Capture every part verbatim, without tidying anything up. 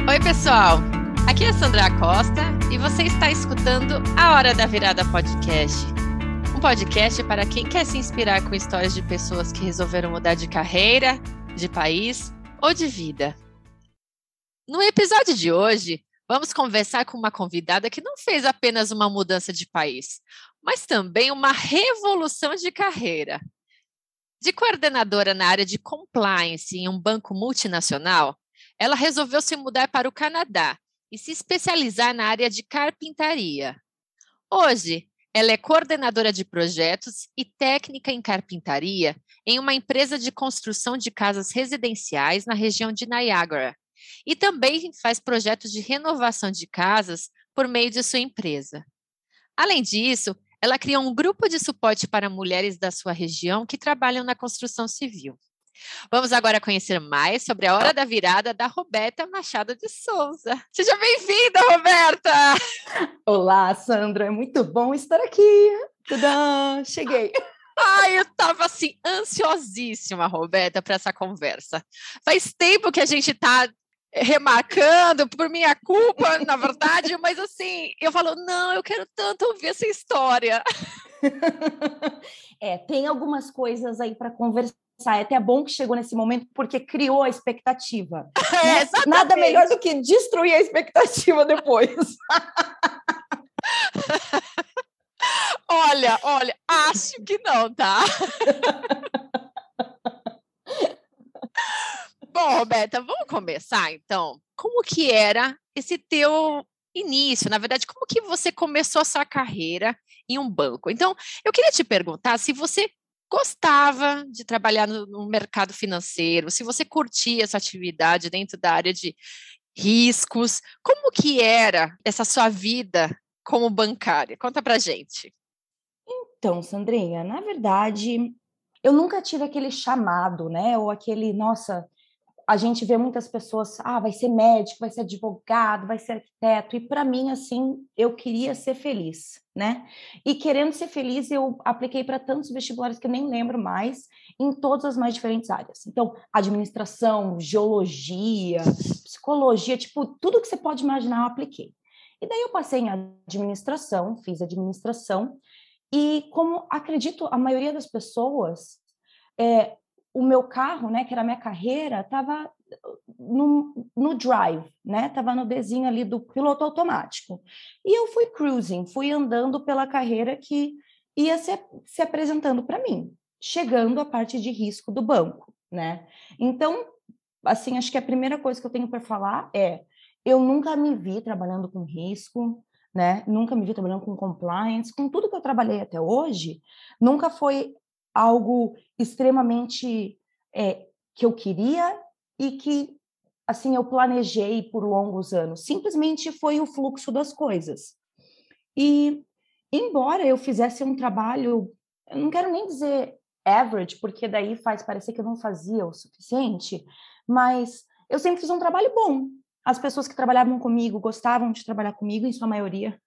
Oi, pessoal! Aqui é a Sandra Costa e você está escutando A Hora da Virada Podcast. Um podcast para quem quer se inspirar com histórias de pessoas que resolveram mudar de carreira, de país ou de vida. No episódio de hoje, vamos conversar com uma convidada que não fez apenas uma mudança de país, mas também uma revolução de carreira. De coordenadora na área de compliance em um banco multinacional, ela resolveu se mudar para o Canadá e se especializar na área de carpintaria. Hoje, ela é coordenadora de projetos e técnica em carpintaria em uma empresa de construção de casas residenciais na região de Niagara. E também faz projetos de renovação de casas por meio de sua empresa. Além disso, ela criou um grupo de suporte para mulheres da sua região que trabalham na construção civil. Vamos agora conhecer mais sobre a Hora da Virada da Roberta Machado de Souza. Seja bem-vinda, Roberta! Olá, Sandra, é muito bom estar aqui. Tadã, cheguei. Ai, eu estava assim, ansiosíssima, Roberta, para essa conversa. Faz tempo que a gente está remarcando, por minha culpa, na verdade, mas assim, eu falo, não, eu quero tanto ouvir essa história. É, tem algumas coisas aí para conversar. É até bom que chegou nesse momento, porque criou a expectativa. É, né? Nada melhor do que destruir a expectativa depois. Olha, olha, acho que não, tá? Bom, Roberta, vamos começar, então. Como que era esse teu início? Na verdade, como que você começou a sua carreira em um banco? Então, eu queria te perguntar se você gostava de trabalhar no, no mercado financeiro, se você curtia essa atividade dentro da área de riscos, como que era essa sua vida como bancária? Conta pra gente. Então, Sandrinha, na verdade, eu nunca tive aquele chamado, né? Ou aquele, nossa, a gente vê muitas pessoas, ah, vai ser médico, vai ser advogado, vai ser arquiteto, e para mim, assim, eu queria ser feliz, né? E querendo ser feliz, eu apliquei para tantos vestibulares que eu nem lembro mais, em todas as mais diferentes áreas. Então, administração, geologia, psicologia, tipo, tudo que você pode imaginar, eu apliquei. E daí eu passei em administração, fiz administração, e como acredito a maioria das pessoas, é, o meu carro, né, que era a minha carreira, estava no, no drive, né, estava no desenho ali do piloto automático. E eu fui cruising, fui andando pela carreira que ia se, se apresentando para mim, chegando à parte de risco do banco, né. Então, assim, acho que a primeira coisa que eu tenho para falar é, eu nunca me vi trabalhando com risco, né, nunca me vi trabalhando com compliance, com tudo que eu trabalhei até hoje, nunca foi algo extremamente é, que eu queria e que, assim, eu planejei por longos anos. Simplesmente foi o fluxo das coisas. E, embora eu fizesse um trabalho, eu não quero nem dizer average, porque daí faz parecer que eu não fazia o suficiente, mas eu sempre fiz um trabalho bom. As pessoas que trabalhavam comigo gostavam de trabalhar comigo, em sua maioria.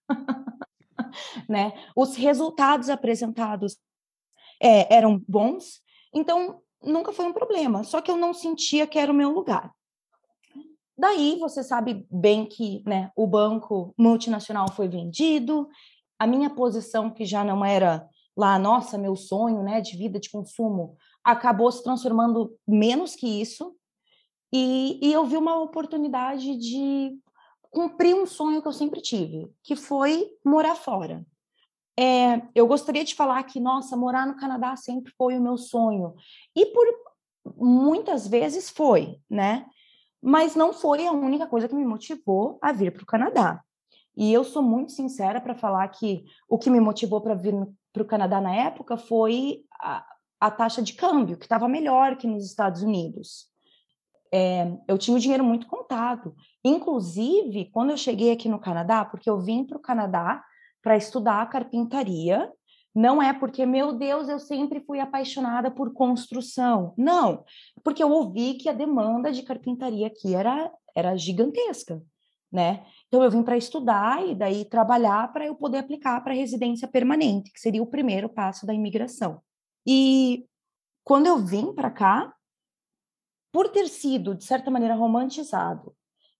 né? Os resultados apresentados É, eram bons, então nunca foi um problema, só que eu não sentia que era o meu lugar. Daí, você sabe bem que né, o banco multinacional foi vendido, a minha posição, que já não era lá, nossa, meu sonho né, de vida, de consumo, acabou se transformando menos que isso, e, e eu vi uma oportunidade de cumprir um sonho que eu sempre tive, que foi morar fora. É, eu gostaria de falar que, nossa, morar no Canadá sempre foi o meu sonho. E por muitas vezes foi, né? Mas não foi a única coisa que me motivou a vir para o Canadá. E eu sou muito sincera para falar que o que me motivou para vir para o Canadá na época foi a, a taxa de câmbio, que estava melhor que nos Estados Unidos. É, eu tinha o dinheiro muito contado. Inclusive, quando eu cheguei aqui no Canadá, porque eu vim para o Canadá para estudar carpintaria, não é porque, meu Deus, eu sempre fui apaixonada por construção. Não, porque eu ouvi que a demanda de carpintaria aqui era, era gigantesca, né? Então, eu vim para estudar e daí trabalhar para eu poder aplicar para residência permanente, que seria o primeiro passo da imigração. E quando eu vim para cá, por ter sido, de certa maneira, romantizado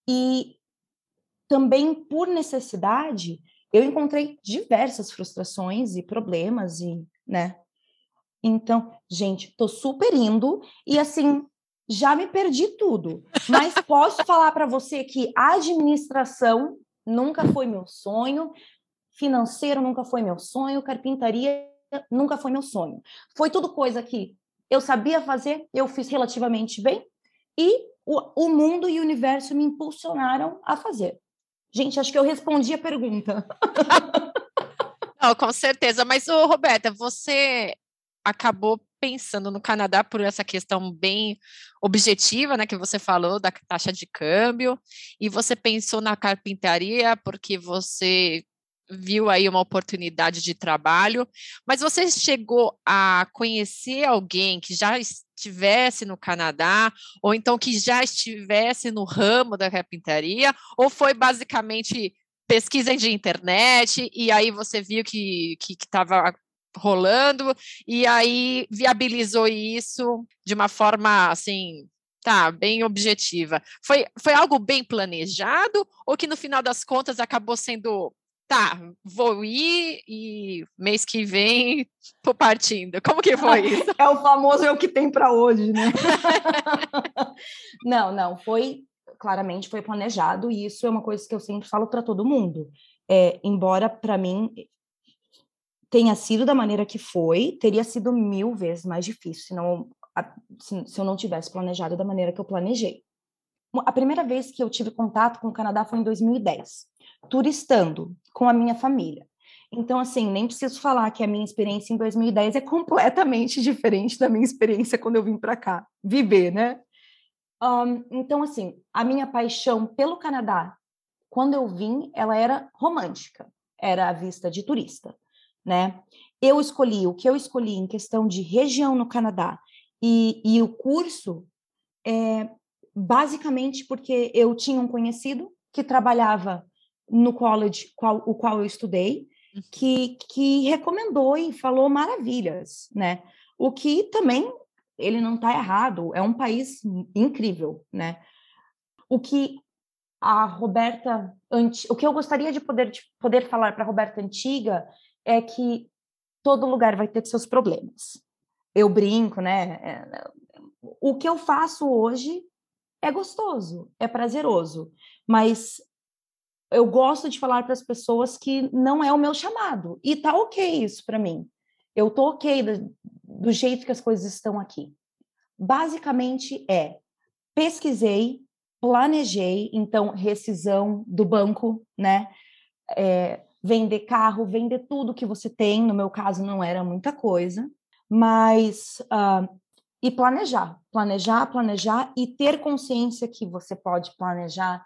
E também, por necessidade, eu encontrei diversas frustrações e problemas, e, né? Então, gente, tô super indo e, assim, já me perdi tudo. Mas posso falar para você que a administração nunca foi meu sonho, financeiro nunca foi meu sonho, carpintaria nunca foi meu sonho. Foi tudo coisa que eu sabia fazer, eu fiz relativamente bem e o, o mundo e o universo me impulsionaram a fazer. Gente, acho que eu respondi a pergunta. Não, com certeza. Mas, ô, Roberta, você acabou pensando no Canadá por essa questão bem objetiva, né, que você falou da taxa de câmbio, e você pensou na carpintaria porque você viu aí uma oportunidade de trabalho, mas você chegou a conhecer alguém que já estivesse no Canadá, ou então que já estivesse no ramo da carpintaria, ou foi basicamente pesquisa de internet, e aí você viu que estava rolando, e aí viabilizou isso de uma forma, assim, tá, bem objetiva. Foi, foi algo bem planejado, ou que no final das contas acabou sendo, tá, vou ir e mês que vem tô partindo. Como que foi isso? É o famoso é o que tem para hoje, né? Não, não, foi, claramente foi planejado, e isso é uma coisa que eu sempre falo para todo mundo. É, embora para mim tenha sido da maneira que foi, teria sido mil vezes mais difícil se, não, se, se eu não tivesse planejado da maneira que eu planejei. A primeira vez que eu tive contato com o Canadá foi em dois mil e dez, turistando com a minha família. Então, assim, nem preciso falar que a minha experiência em dois mil e dez é completamente diferente da minha experiência quando eu vim para cá viver, né? Um, então, assim, a minha paixão pelo Canadá, quando eu vim, ela era romântica, era a vista de turista, né? Eu escolhi, o que eu escolhi em questão de região no Canadá e, e o curso, é, basicamente porque eu tinha um conhecido que trabalhava no college qual, o qual eu estudei, que, que recomendou e falou maravilhas, né? O que também ele não está errado, é um país incrível, né? O que a Roberta, o que eu gostaria de poder, de poder falar para a Roberta antiga é que todo lugar vai ter seus problemas. Eu brinco, né? O que eu faço hoje é gostoso, é prazeroso, mas eu gosto de falar para as pessoas que não é o meu chamado, e tá ok isso para mim. Eu tô ok do, do jeito que as coisas estão aqui. Basicamente é, pesquisei, planejei, então rescisão do banco, né? É, vender carro, vender tudo que você tem, no meu caso não era muita coisa, mas uh, e planejar, planejar, planejar e ter consciência que você pode planejar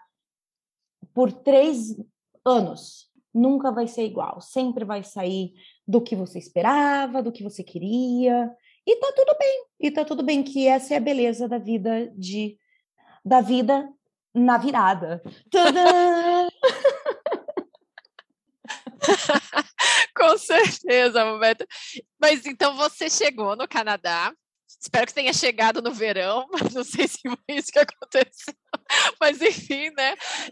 por três anos. Nunca vai ser igual, sempre vai sair do que você esperava, do que você queria, e tá tudo bem, e tá tudo bem, que essa é a beleza da vida de da vida na virada. Tadã! Com certeza, Roberta. Mas então você chegou no Canadá. Espero que tenha chegado no verão, mas não sei se foi isso que aconteceu. Mas enfim, né?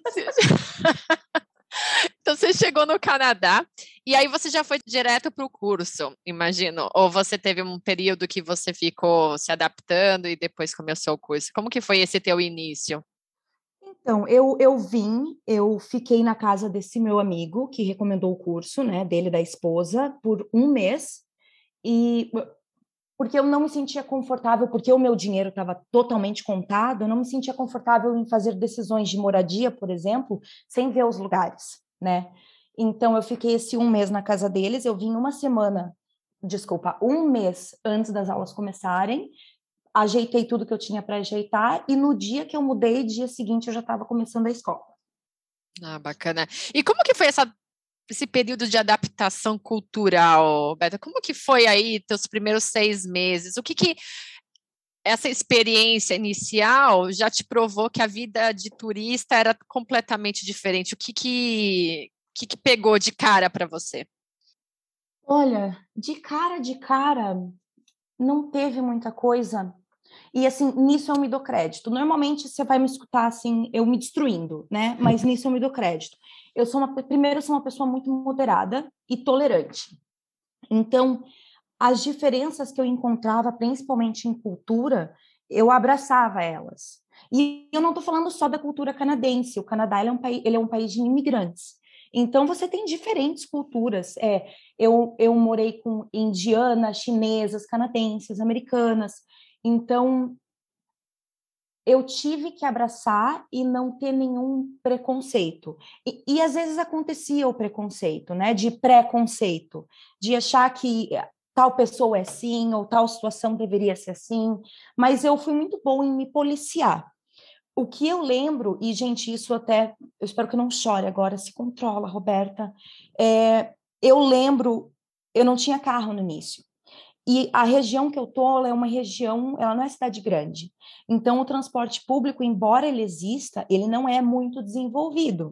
Então você chegou no Canadá e aí você já foi direto para o curso, imagino. Ou você teve um período que você ficou se adaptando e depois começou o curso. Como que foi esse teu início? Então, eu, eu vim, eu fiquei na casa desse meu amigo que recomendou o curso, né, dele, da esposa, por um mês, e porque eu não me sentia confortável, porque o meu dinheiro estava totalmente contado, eu não me sentia confortável em fazer decisões de moradia, por exemplo, sem ver os lugares, né? Então, eu fiquei esse um mês na casa deles, eu vim uma semana, desculpa, um mês antes das aulas começarem, ajeitei tudo que eu tinha para ajeitar, e no dia que eu mudei, dia seguinte, eu já estava começando a escola. Ah, bacana. E como que foi essa, esse período de adaptação cultural, Beta? Como que foi aí teus primeiros seis meses? O que que essa experiência inicial já te provou que a vida de turista era completamente diferente? O que que, que, que pegou de cara para você? Olha, de cara, de cara, não teve muita coisa. E, assim, nisso eu me dou crédito. Normalmente, você vai me escutar, assim, eu me destruindo, né? Mas nisso eu me dou crédito. Eu sou uma... Primeiro, eu sou uma pessoa muito moderada e tolerante. Então, as diferenças que eu encontrava, principalmente em cultura, eu abraçava elas. E eu não estou falando só da cultura canadense. O Canadá ele é, um país, ele é um país de imigrantes. Então, você tem diferentes culturas. É, eu, eu morei com indianas, chinesas, canadenses, americanas. Então, eu tive que abraçar e não ter nenhum preconceito. E, e às vezes acontecia o preconceito, né? De preconceito, de achar que tal pessoa é assim, ou tal situação deveria ser assim, mas eu fui muito boa em me policiar. O que eu lembro, e, gente, isso até, eu espero que não chore agora, se controla, Roberta, é, eu lembro, eu não tinha carro no início, e a região que eu tô, ela é uma região, ela não é cidade grande, então o transporte público, embora ele exista, ele não é muito desenvolvido,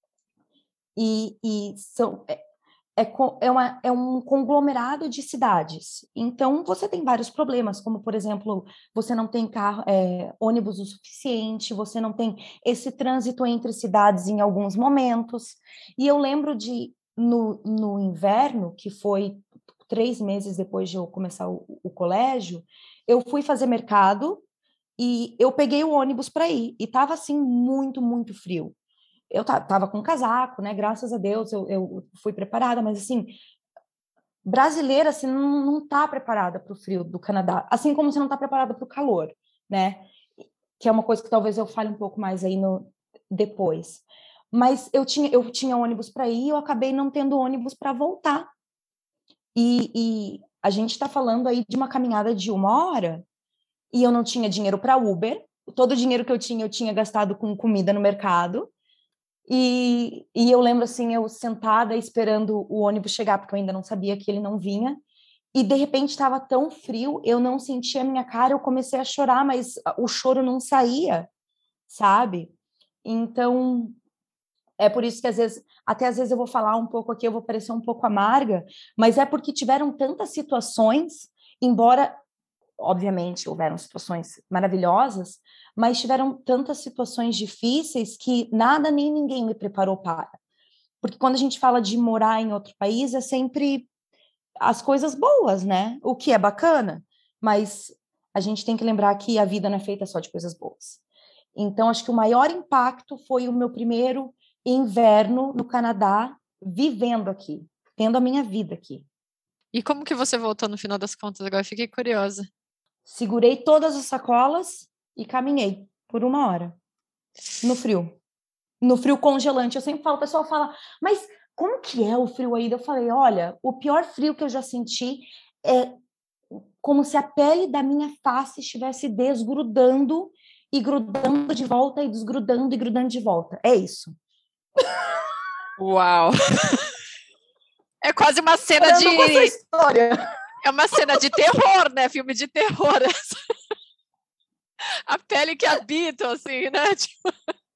e, e são, é, é, uma, é um conglomerado de cidades. Então, você tem vários problemas, como, por exemplo, você não tem carro, é, ônibus o suficiente, você não tem esse trânsito entre cidades em alguns momentos. E eu lembro de, no, no inverno, que foi três meses depois de eu começar o, o colégio, eu fui fazer mercado e eu peguei o ônibus para ir. E estava, assim, muito, muito frio. Eu tava com um casaco, né? Graças a Deus eu, eu fui preparada, mas assim, brasileira assim, não, não tá preparada para o frio do Canadá, assim como você não tá preparada para o calor, né? Que é uma coisa que talvez eu fale um pouco mais aí no depois. Mas eu tinha, eu tinha ônibus para ir, eu acabei não tendo ônibus para voltar. E, e a gente está falando aí de uma caminhada de uma hora e eu não tinha dinheiro para Uber. Todo o dinheiro que eu tinha, eu tinha gastado com comida no mercado. E, e eu lembro, assim, eu sentada esperando o ônibus chegar, porque eu ainda não sabia que ele não vinha. E, de repente, estava tão frio, eu não sentia a minha cara, eu comecei a chorar, mas o choro não saía, sabe? Então, é por isso que, às vezes, até às vezes eu vou falar um pouco aqui, eu vou parecer um pouco amarga, mas é porque tiveram tantas situações, embora, obviamente, houveram situações maravilhosas, mas tiveram tantas situações difíceis que nada nem ninguém me preparou para. Porque quando a gente fala de morar em outro país, é sempre as coisas boas, né? O que é bacana, mas a gente tem que lembrar que a vida não é feita só de coisas boas. Então, acho que o maior impacto foi o meu primeiro inverno no Canadá, vivendo aqui, tendo a minha vida aqui. E como que você voltou no final das contas? Agora eu fiquei curiosa. Segurei todas as sacolas e caminhei por uma hora, no frio. No frio congelante. Eu sempre falo, o pessoal fala, mas como que é o frio aí? Eu falei, olha, o pior frio que eu já senti é como se a pele da minha face estivesse desgrudando e grudando de volta e desgrudando e grudando de volta. É isso. Uau! É quase uma cena de... Com essa história. É uma cena de terror, né? Filme de terror. A pele que habita, assim, né? Tipo...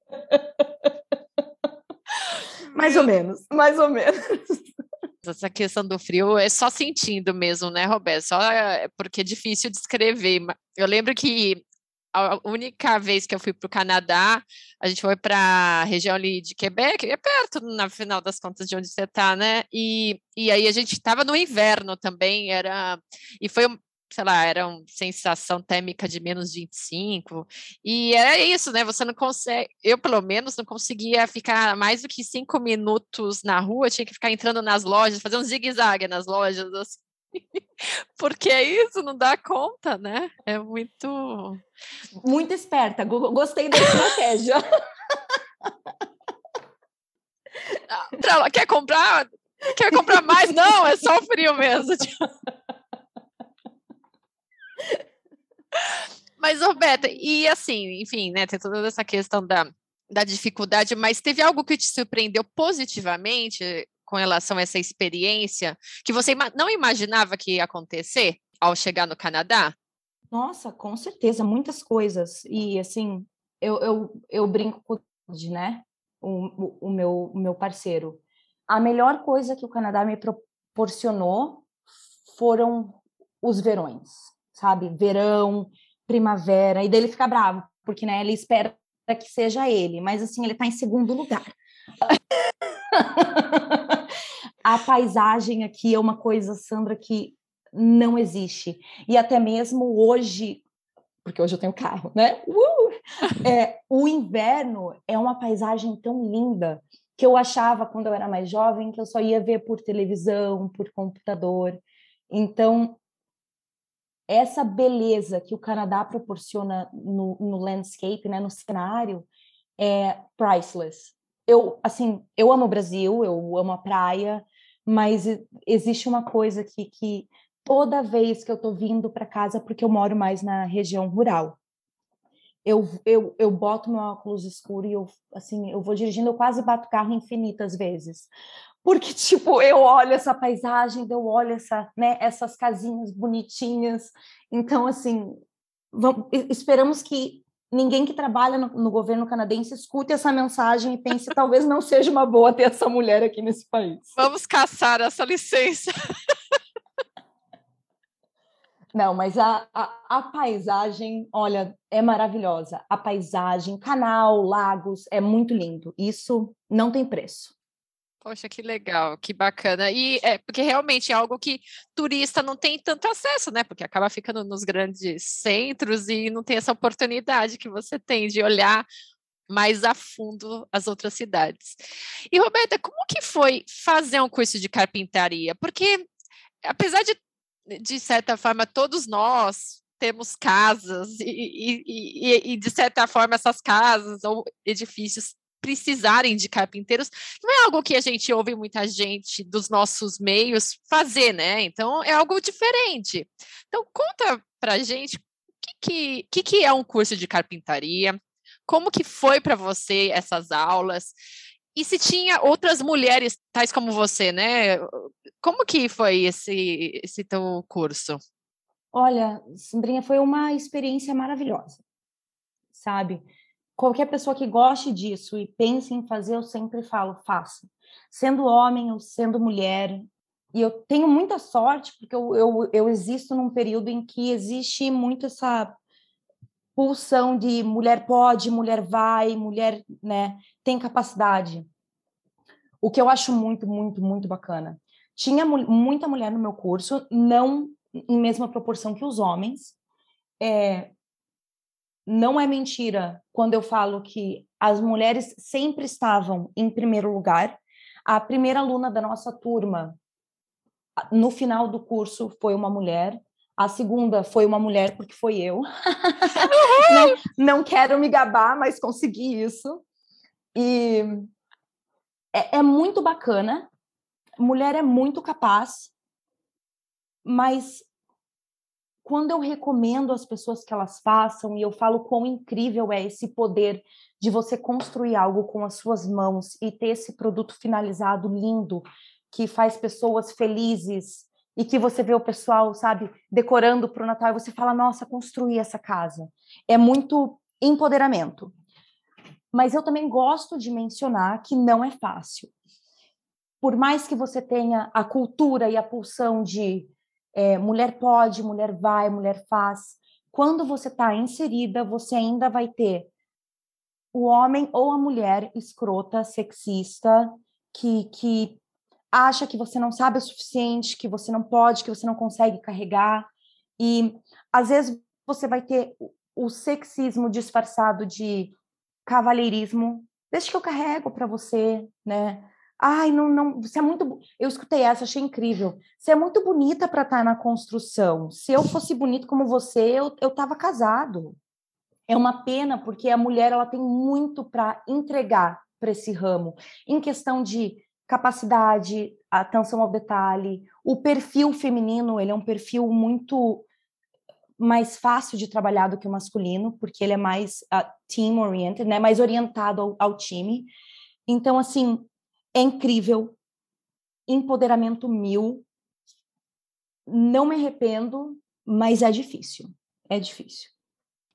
Mais ou menos, mais ou menos. Essa questão do frio é só sentindo mesmo, né, Roberto? Só porque é difícil descrever. Eu lembro que a única vez que eu fui para o Canadá, a gente foi para a região ali de Quebec, é perto, na final das contas, de onde você está, né? E, e aí a gente estava no inverno também, era... E foi, sei lá, era uma sensação térmica de menos vinte e cinco, e era isso, né? Você não consegue... Eu, pelo menos, não conseguia ficar mais do que cinco minutos na rua, tinha que ficar entrando nas lojas, fazer um zigue-zague nas lojas, assim. Porque é isso, não dá conta, né? É muito... Muito esperta, gostei da estratégia. Quer comprar? Quer comprar mais? Não, é só o frio mesmo. Mas, Roberta, e assim, enfim, né, tem toda essa questão da, da dificuldade, mas teve algo que te surpreendeu positivamente com relação a essa experiência que você não imaginava que ia acontecer ao chegar no Canadá? Nossa, com certeza, muitas coisas. E, assim, eu, eu, eu brinco com o né? O, o, o, meu, o meu parceiro. A melhor coisa que o Canadá me proporcionou foram os verões, sabe? Verão, primavera, e daí ele fica bravo, porque, né, ele espera que seja ele, mas assim, ele está em segundo lugar. A paisagem aqui é uma coisa, Sandra, que não existe. E até mesmo hoje, porque hoje eu tenho carro, né? Uh! É, o inverno é uma paisagem tão linda que eu achava, quando eu era mais jovem, que eu só ia ver por televisão, por computador. Então, essa beleza que o Canadá proporciona no, no landscape, né, no cenário, é priceless. Eu, assim, eu amo o Brasil, eu amo a praia, mas existe uma coisa aqui que toda vez que eu tô vindo para casa, porque eu moro mais na região rural, eu, eu, eu boto meu óculos escuro e eu, assim, eu vou dirigindo, eu quase bato carro infinitas vezes. Porque, tipo, eu olho essa paisagem, eu olho essa, né, essas casinhas bonitinhas. Então, assim, vamos, esperamos que ninguém que trabalha no, no governo canadense escute essa mensagem e pense, talvez não seja uma boa ter essa mulher aqui nesse país. Vamos caçar essa licença. Não, mas a, a, a paisagem, olha, é maravilhosa. A paisagem, canal, lagos, é muito lindo. Isso não tem preço. Poxa, que legal, que bacana. E é porque realmente é algo que turista não tem tanto acesso, né? Porque acaba ficando nos grandes centros e não tem essa oportunidade que você tem de olhar mais a fundo as outras cidades. E, Roberta, como que foi fazer um curso de carpintaria? Porque, apesar de, de certa forma, todos nós temos casas e, e, e, e, de certa forma, essas casas ou edifícios precisarem de carpinteiros, não é algo que a gente ouve muita gente dos nossos meios fazer, né? Então, é algo diferente. Então, conta pra gente o que, que, que é um curso de carpintaria, como que foi para você essas aulas, e se tinha outras mulheres tais como você, né? Como que foi esse, esse teu curso? Olha, Sandrinha, foi uma experiência maravilhosa, sabe? Qualquer pessoa que goste disso e pense em fazer, eu sempre falo, faça. Sendo homem ou sendo mulher. E eu tenho muita sorte, porque eu, eu, eu existo num período em que existe muito essa pulsão de mulher pode, mulher vai, mulher, né, tem capacidade. O que eu acho muito, muito, muito bacana. Tinha mu- muita mulher no meu curso, não em mesma proporção que os homens. É, não é mentira quando eu falo que as mulheres sempre estavam em primeiro lugar. A primeira aluna da nossa turma, no final do curso, foi uma mulher. A segunda foi uma mulher, porque foi eu. Né? Não quero me gabar, mas consegui isso. E é, é muito bacana. Mulher é muito capaz, mas quando eu recomendo às pessoas que elas façam, e eu falo quão incrível é esse poder de você construir algo com as suas mãos e ter esse produto finalizado lindo, que faz pessoas felizes, e que você vê o pessoal, sabe, decorando para o Natal, e você fala, nossa, construí essa casa. É muito empoderamento. Mas eu também gosto de mencionar que não é fácil. Por mais que você tenha a cultura e a pulsão de é, mulher pode, mulher vai, mulher faz, quando você está inserida, você ainda vai ter o homem ou a mulher escrota, sexista, que, que acha que você não sabe o suficiente, que você não pode, que você não consegue carregar. E, às vezes, você vai ter o sexismo disfarçado de cavalheirismo. Deixa que eu carrego para você, né? Ai, não, não, você é muito. Eu escutei essa, achei incrível. Você é muito bonita para estar na construção. Se eu fosse bonito como você, eu eu estava casado. É uma pena porque a mulher ela tem muito para entregar para esse ramo, em questão de capacidade, atenção ao detalhe. O perfil feminino, ele é um perfil muito mais fácil de trabalhar do que o masculino, porque ele é mais uh, team-oriented, né? Mais orientado ao, ao time. Então, assim, é incrível, empoderamento mil, não me arrependo, mas é difícil, é difícil.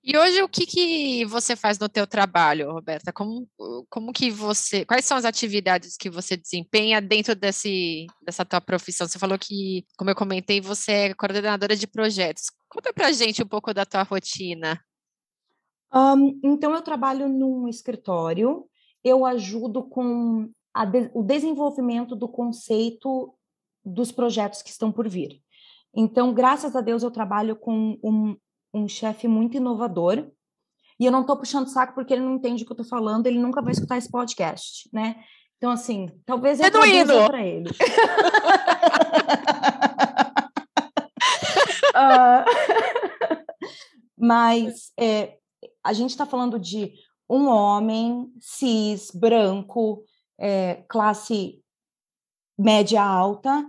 E hoje o que, que você faz no teu trabalho, Roberta? Como, como que você, quais são as atividades que você desempenha dentro desse, dessa tua profissão? Você falou que, como eu comentei, você é coordenadora de projetos. Conta pra gente um pouco da tua rotina. Um, então, eu trabalho num escritório, eu ajudo com a de, o desenvolvimento do conceito dos projetos que estão por vir. Então, graças a Deus, eu trabalho com um, um chefe muito inovador, e eu não estou puxando saco porque ele não entende o que eu estou falando, ele nunca vai escutar esse podcast, né? Então, assim, talvez eu traduza para ele. uh, mas é, a gente está falando de um homem cis, branco, é, classe média alta,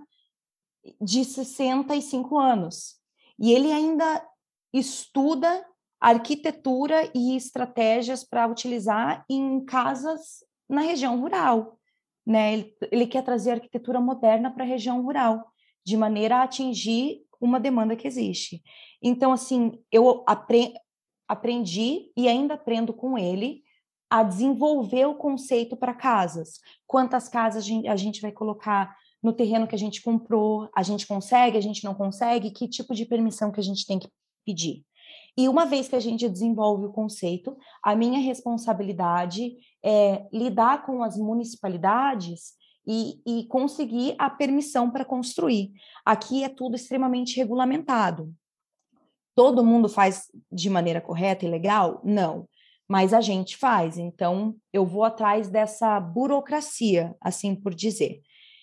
de sessenta e cinco anos. E ele ainda estuda arquitetura e estratégias para utilizar em casas na região rural, né? Ele, ele quer trazer arquitetura moderna para a região rural, de maneira a atingir uma demanda que existe. Então, assim, eu apre aprendi e ainda aprendo com ele a desenvolver o conceito para casas. Quantas casas a gente vai colocar no terreno que a gente comprou, a gente consegue, a gente não consegue, que tipo de permissão que a gente tem que pedir. E uma vez que a gente desenvolve o conceito, a minha responsabilidade é lidar com as municipalidades e, e conseguir a permissão para construir. Aqui é tudo extremamente regulamentado. Todo mundo faz de maneira correta e legal? Não. Mas a gente faz. Então, eu vou atrás dessa burocracia, assim por dizer.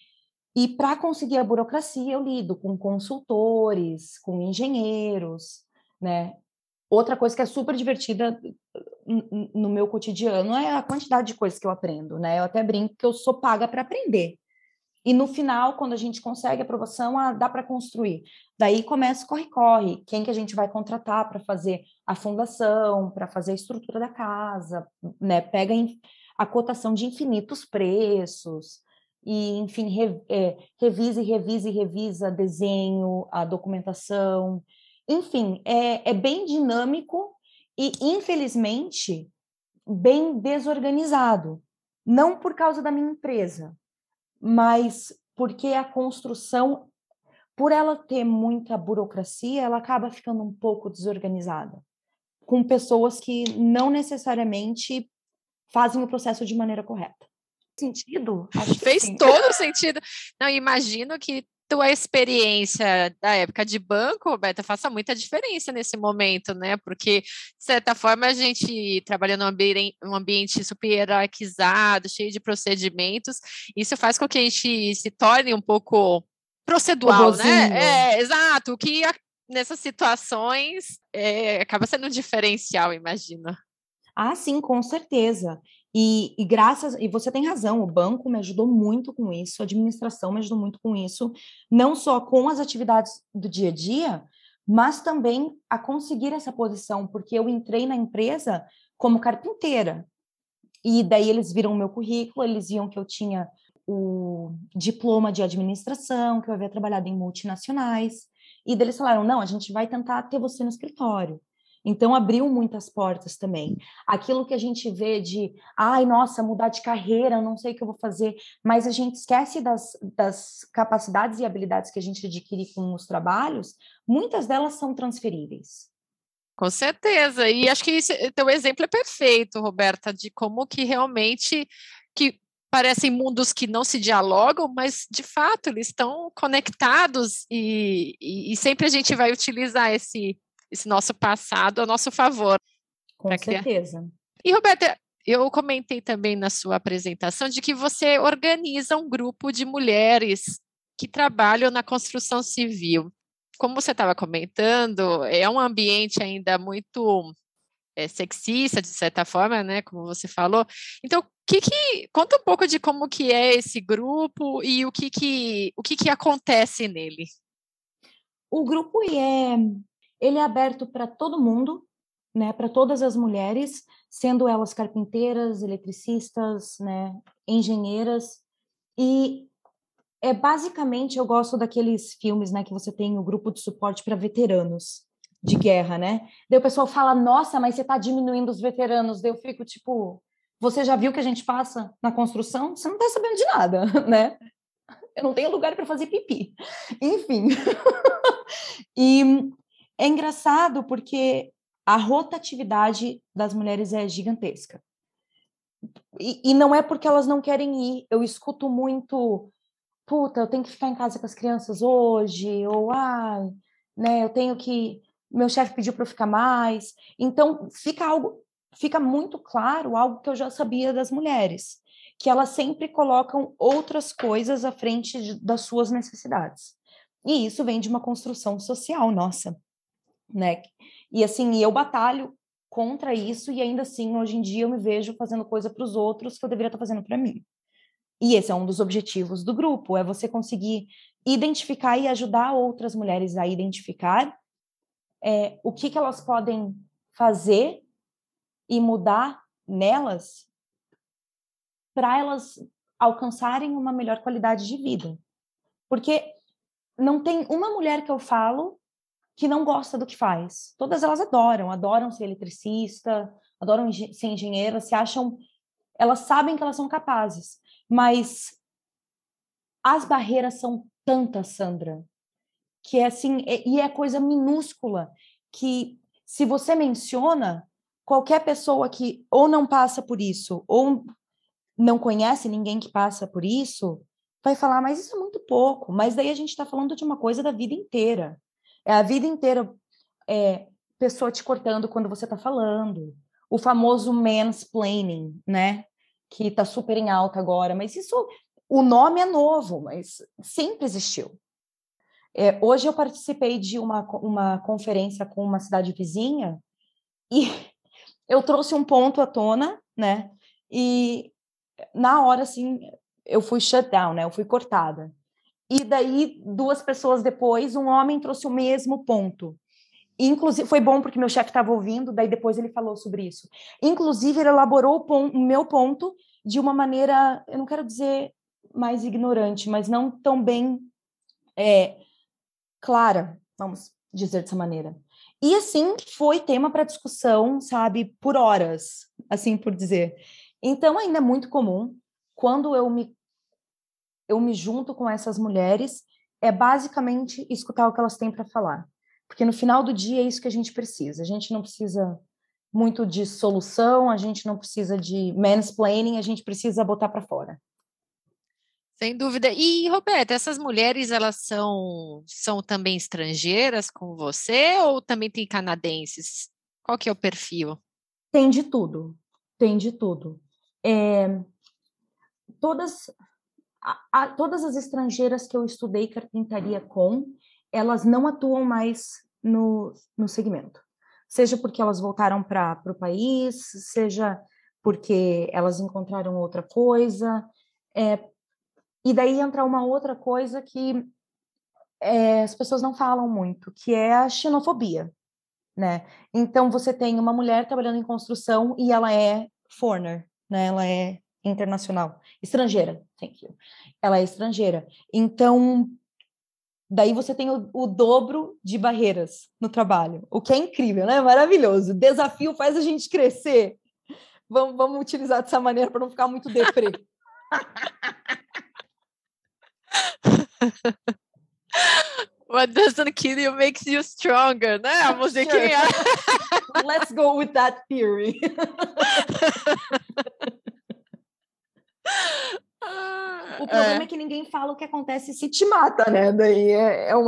E para conseguir a burocracia, eu lido com consultores, com engenheiros, né? Outra coisa que é super divertida no meu cotidiano é a quantidade de coisas que eu aprendo, né? Eu até brinco que eu sou paga para aprender. E no final, quando a gente consegue a aprovação, ah, dá para construir. Daí começa o corre-corre. Quem que a gente vai contratar para fazer a fundação, para fazer a estrutura da casa, né? Pega a cotação de infinitos preços. E, enfim, re, é, revisa e revisa e revisa desenho, a documentação. Enfim, é, é bem dinâmico e, infelizmente, bem desorganizado. Não por causa da minha empresa, mas porque a construção, por ela ter muita burocracia, ela acaba ficando um pouco desorganizada, com pessoas que não necessariamente fazem o processo de maneira correta. Sentido? Acho que fez sim. Todo sentido. Não, imagino que tua experiência da época de banco, Roberta, faça muita diferença nesse momento, né? Porque, de certa forma, a gente trabalha num ambiente, um ambiente super hierarquizado, cheio de procedimentos, isso faz com que a gente se torne um pouco procedural, Robozinho. Né? É, exato, o que nessas situações é, acaba sendo um diferencial, imagina. Ah, sim, com certeza. E, e graças, e você tem razão, o banco me ajudou muito com isso, a administração me ajudou muito com isso, não só com as atividades do dia a dia, mas também a conseguir essa posição, porque eu entrei na empresa como carpinteira. E daí eles viram o meu currículo, eles viam que eu tinha o diploma de administração, que eu havia trabalhado em multinacionais, e daí eles falaram, não, a gente vai tentar ter você no escritório. Então, abriu muitas portas também. Aquilo que a gente vê de, ai, nossa, mudar de carreira, não sei o que eu vou fazer, mas a gente esquece das, das capacidades e habilidades que a gente adquire com os trabalhos, muitas delas são transferíveis. Com certeza, e acho que esse teu exemplo é perfeito, Roberta, de como que realmente, que parecem mundos que não se dialogam, mas de fato eles estão conectados e, e, e sempre a gente vai utilizar esse esse nosso passado a nosso favor. Com certeza. Criar. E, Roberta, eu comentei também na sua apresentação de que você organiza um grupo de mulheres que trabalham na construção civil. Como você estava comentando, é um ambiente ainda muito é, sexista, de certa forma, né, como você falou. Então, que que, conta um pouco de como que é esse grupo e o que, que, o que, que acontece nele. O grupo é... Ele é aberto para todo mundo, né, para todas as mulheres, sendo elas carpinteiras, eletricistas, né, engenheiras. E é basicamente, eu gosto daqueles filmes, né, que você tem o grupo de suporte para veteranos. de guerra, né? Daí o pessoal fala, nossa, mas você está diminuindo os veteranos. Daí eu fico tipo, você já viu que a gente passa na construção? Você não está sabendo de nada, né? Eu não tenho lugar para fazer pipi. Enfim. E é engraçado porque a rotatividade das mulheres é gigantesca. E, e não é porque elas não querem ir. Eu escuto muito, puta, eu tenho que ficar em casa com as crianças hoje, ou, ah, né, eu tenho que... Meu chefe pediu para eu ficar mais. Então, fica algo, fica muito claro algo que eu já sabia das mulheres, que elas sempre colocam outras coisas à frente de, das suas necessidades. E isso vem de uma construção social nossa, né? E assim, eu batalho contra isso e ainda assim, hoje em dia, eu me vejo fazendo coisa para os outros que eu deveria estar fazendo para mim. E esse é um dos objetivos do grupo, é você conseguir identificar e ajudar outras mulheres a identificar é, o que, que elas podem fazer e mudar nelas para elas alcançarem uma melhor qualidade de vida. Porque não tem uma mulher que eu falo que não gosta do que faz. Todas elas adoram, adoram ser eletricista, adoram ser engenheira, se acham, elas sabem que elas são capazes, mas as barreiras são tantas, Sandra, que é assim, e é coisa minúscula, que se você menciona, qualquer pessoa que ou não passa por isso, ou não conhece ninguém que passa por isso, vai falar, mas isso é muito pouco. Mas daí a gente está falando de uma coisa da vida inteira. É a vida inteira, é, pessoa te cortando quando você está falando. O famoso mansplaining, né? Que está super em alta agora. Mas isso, o nome é novo, mas sempre existiu. É, hoje eu participei de uma, uma conferência com uma cidade vizinha e eu trouxe um ponto à tona, né? E na hora, assim, eu fui shut down, né? Eu fui cortada. E daí, duas pessoas depois, um homem trouxe o mesmo ponto. Inclusive, foi bom porque meu chefe estava ouvindo, daí depois ele falou sobre isso. Inclusive, ele elaborou o, ponto, o meu ponto de uma maneira, eu não quero dizer mais ignorante, mas não tão bem é, clara, vamos dizer dessa maneira. E assim, foi tema para discussão, sabe, por horas, assim por dizer. Então, ainda é muito comum, quando eu me, eu me junto com essas mulheres, é basicamente escutar o que elas têm para falar. Porque no final do dia é isso que a gente precisa. A gente não precisa muito de solução, a gente não precisa de mansplaining, a gente precisa botar para fora. Sem dúvida. E, Roberta, essas mulheres, elas são, são também estrangeiras como você ou também tem canadenses? Qual que é o perfil? Tem de tudo, tem de tudo. É, todas, a, a, todas as estrangeiras que eu estudei carpintaria com, elas não atuam mais no, no segmento. Seja porque elas voltaram para o país, seja porque elas encontraram outra coisa. É, e daí entra uma outra coisa que é, as pessoas não falam muito, que é a xenofobia, né? Então, você tem uma mulher trabalhando em construção e ela é foreigner, né? Ela é internacional, estrangeira, thank you. Ela é estrangeira. Então, daí você tem o, o dobro de barreiras no trabalho, o que é incrível, né? Maravilhoso. O desafio faz a gente crescer. Vamos, vamos utilizar dessa maneira para não ficar muito deprê. What doesn't kill you makes you stronger, né? A musiquinha. Sure. Let's go with that theory. O problema é. é que ninguém fala o que acontece se te mata, né? Daí é, é uma...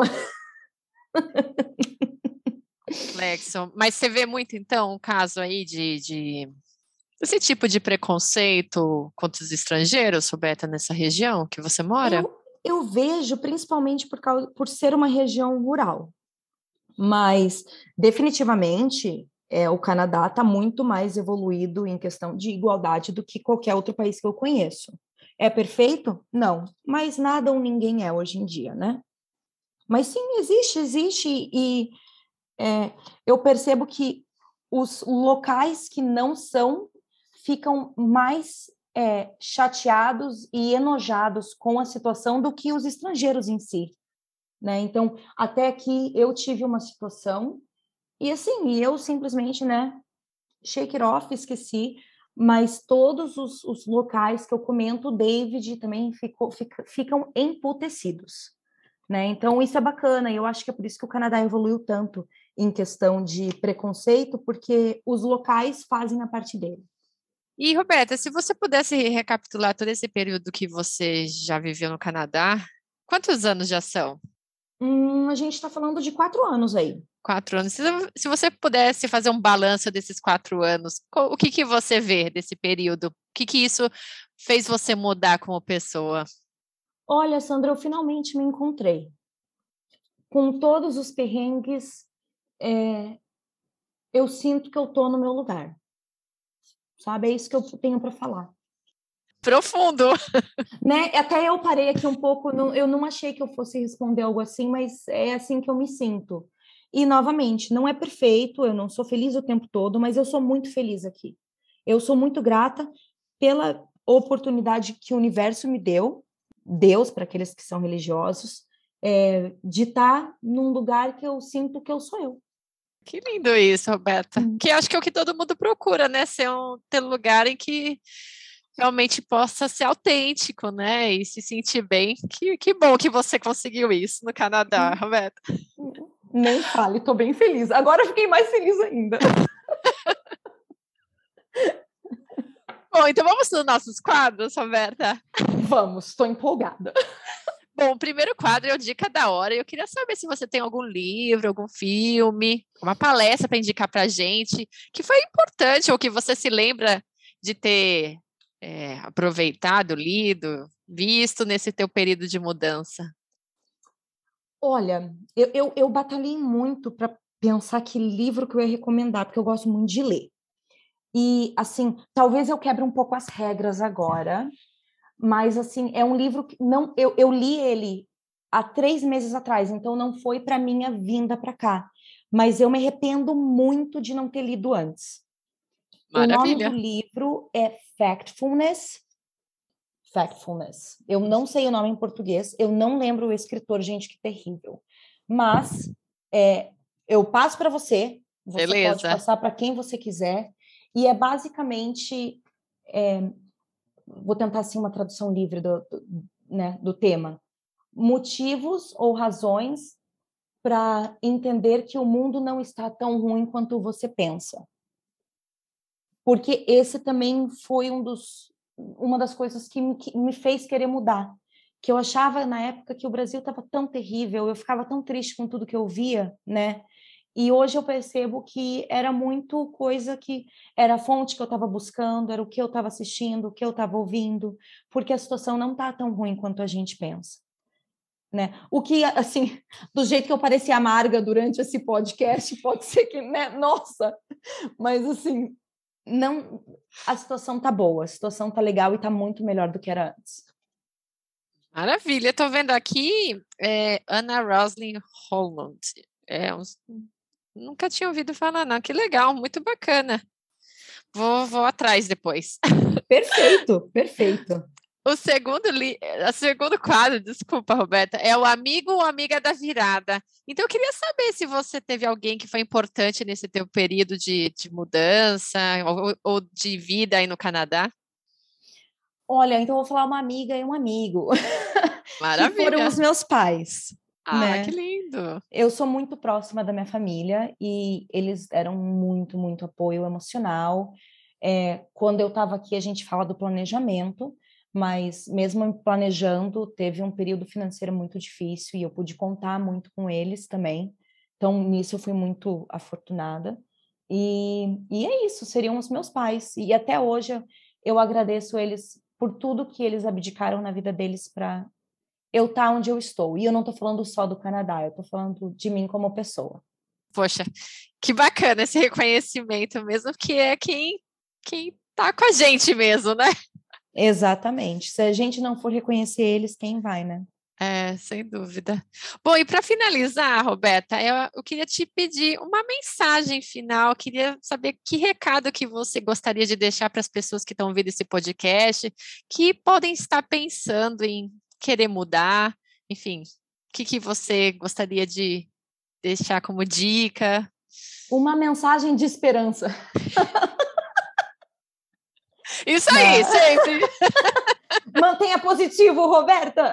Complexo. Mas você vê muito, então, um caso aí de, de... esse tipo de preconceito contra os estrangeiros, Roberta, nessa região que você mora? Eu, eu vejo, principalmente por, causa, por ser uma região rural. Mas, definitivamente, é, o Canadá está muito mais evoluído em questão de igualdade do que qualquer outro país que eu conheço. É perfeito? Não. Mas nada ou ninguém é hoje em dia, né? Mas sim, existe, existe. E é, eu percebo que os locais que não são ficam mais é, chateados e enojados com a situação do que os estrangeiros em si. Né? Então, até que eu tive uma situação E assim, e eu simplesmente, né, shake it off, esqueci, mas todos os, os locais que eu comento, o David também ficou, fica, ficam emputecidos, né? Então isso é bacana, e eu acho que é por isso que o Canadá evoluiu tanto em questão de preconceito, porque os locais fazem a parte dele. E, Roberta, se você pudesse recapitular todo esse período que você já viveu no Canadá, quantos anos já são? Hum, a gente está falando de quatro anos aí. Quatro anos. Se, se você pudesse fazer um balanço desses quatro anos, co- o que que você vê desse período? O que que isso fez você mudar como pessoa? Olha, Sandra, eu finalmente me encontrei. Com todos os perrengues, é, eu sinto que eu tô no meu lugar. Sabe? É isso que eu tenho para falar. Profundo. Né? Até eu parei aqui um pouco, não, eu não achei que eu fosse responder algo assim, mas é assim que eu me sinto. E, novamente, não é perfeito, eu não sou feliz o tempo todo, mas eu sou muito feliz aqui. Eu sou muito grata pela oportunidade que o universo me deu, Deus, para aqueles que são religiosos, é, de estar num lugar que eu sinto que eu sou eu. Que lindo isso, Roberta. Hum. Que eu acho que é o que todo mundo procura, né? Ser um, ter um lugar em que realmente possa ser autêntico, né? E se sentir bem. Que, que bom que você conseguiu isso no Canadá, Roberta. Nem fale, estou bem feliz. Agora eu fiquei mais feliz ainda. Bom, então vamos nos nossos quadros, Roberta? Vamos, estou empolgada. Bom, o primeiro quadro é o Dica da Hora. Eu queria saber se você tem algum livro, algum filme, uma palestra para indicar para a gente, que foi importante ou que você se lembra de ter é, aproveitado, lido, visto nesse teu período de mudança. Olha, eu, eu, eu batalhei muito para pensar que livro que eu ia recomendar, porque eu gosto muito de ler. E, assim, talvez eu quebre um pouco as regras agora, mas, assim, é um livro que não, eu, eu li ele há três meses atrás, então não foi para minha vinda para cá. Mas eu me arrependo muito de não ter lido antes. O nome do Maravilha. livro é Factfulness. Factfulness. Eu não sei o nome em português, eu não lembro o escritor, gente, que terrível. Mas é, eu passo para você, você pode Beleza. passar para quem você quiser, e é basicamente, é, vou tentar assim uma tradução livre do, do, né, do tema, motivos ou razões para entender que o mundo não está tão ruim quanto você pensa. Porque esse também foi um dos, uma das coisas que me, que me fez querer mudar. Que eu achava, na época, que o Brasil estava tão terrível, eu ficava tão triste com tudo que eu via, né? E hoje eu percebo que era muito coisa que era a fonte que eu estava buscando, era o que eu estava assistindo, o que eu estava ouvindo, porque a situação não está tão ruim quanto a gente pensa. Né? O que, assim, do jeito que eu parecia amarga durante esse podcast, pode ser que, né? Nossa! Mas, assim, não, a situação tá boa, a situação tá legal e tá muito melhor do que era antes. Maravilha. Estou vendo aqui é, Anna Roslin Holland. É, uns, nunca tinha ouvido falar, não. Que legal, muito bacana. Vou, vou atrás depois. Perfeito, perfeito. O segundo, li... o segundo quadro, desculpa, Roberta, é o amigo ou amiga da virada. Então, eu queria saber se você teve alguém que foi importante nesse teu período de, de mudança ou, ou de vida aí no Canadá. Olha, então eu vou falar uma amiga e um amigo, que foram Maravilha. os meus pais, Ah, que né? lindo. Eu sou muito próxima da minha família e eles deram muito, muito apoio emocional. É, quando eu estava aqui, a gente fala do planejamento, mas mesmo planejando, teve um período financeiro muito difícil e eu pude contar muito com eles também. Então, nisso eu fui muito afortunada. E, e é isso, seriam os meus pais. E até hoje eu, eu agradeço eles por tudo que eles abdicaram na vida deles para eu estar onde eu estou. E eu não estou falando só do Canadá, eu estou falando de mim como pessoa. Poxa, que bacana esse reconhecimento mesmo, que é quem quem tá com a gente mesmo, né? Exatamente. Se a gente não for reconhecer eles, quem vai, né? É, sem dúvida. Bom, e para finalizar, Roberta, eu, eu queria te pedir uma mensagem final, queria saber que recado que você gostaria de deixar para as pessoas que estão ouvindo esse podcast, que podem estar pensando em querer mudar, enfim, o que, que você gostaria de deixar como dica? Uma mensagem de esperança. Isso aí, não. Sempre. Mantenha positivo, Roberta.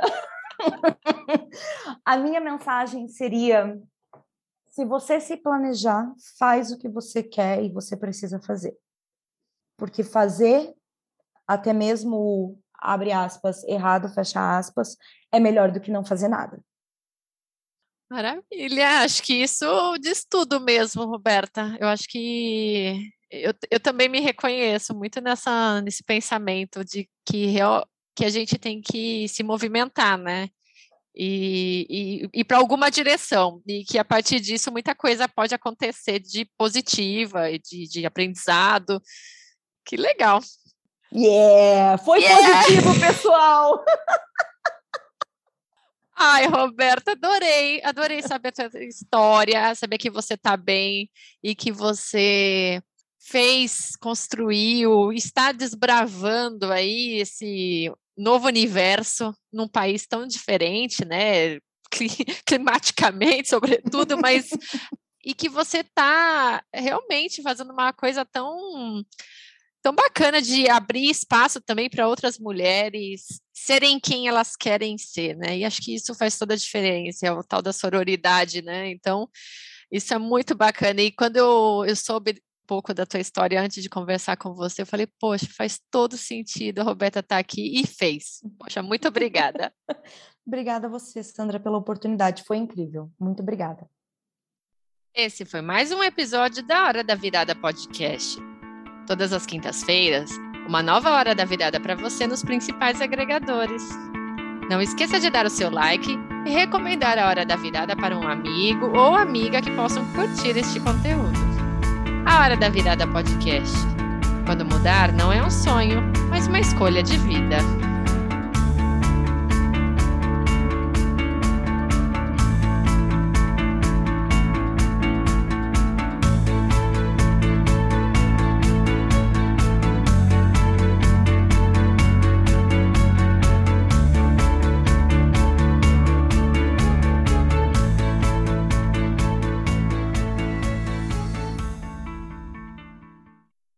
A minha mensagem seria: se você se planejar, faz o que você quer e você precisa fazer. Porque fazer, até mesmo, abre aspas, errado, fecha aspas, é melhor do que não fazer nada. Maravilha, acho que isso diz tudo mesmo, Roberta. Eu acho que eu, eu também me reconheço muito nessa, nesse pensamento de que, real, que a gente tem que se movimentar, né? E, e, e para alguma direção, e que a partir disso muita coisa pode acontecer de positiva e de, de aprendizado. Que legal. Yeah! Foi yeah! Positivo, pessoal! Ai, Roberta, adorei, adorei saber a tua história, saber que você está bem e que você fez, construiu, está desbravando aí esse novo universo num país tão diferente, né, climaticamente, sobretudo, mas e que você está realmente fazendo uma coisa tão tão bacana de abrir espaço também para outras mulheres serem quem elas querem ser, né? E acho que isso faz toda a diferença, é o tal da sororidade, né? Então, isso é muito bacana. E quando eu, eu soube um pouco da tua história antes de conversar com você, eu falei, poxa, faz todo sentido a Roberta estar aqui, e fez. Poxa, muito obrigada. Obrigada a você, Sandra, pela oportunidade, foi incrível. Muito obrigada. Esse foi mais um episódio da Hora da Virada Podcast. Todas as quintas-feiras, uma nova Hora da Virada para você nos principais agregadores. Não esqueça de dar o seu like e recomendar a Hora da Virada para um amigo ou amiga que possam curtir este conteúdo. A Hora da Virada Podcast. Quando mudar não é um sonho, mas uma escolha de vida.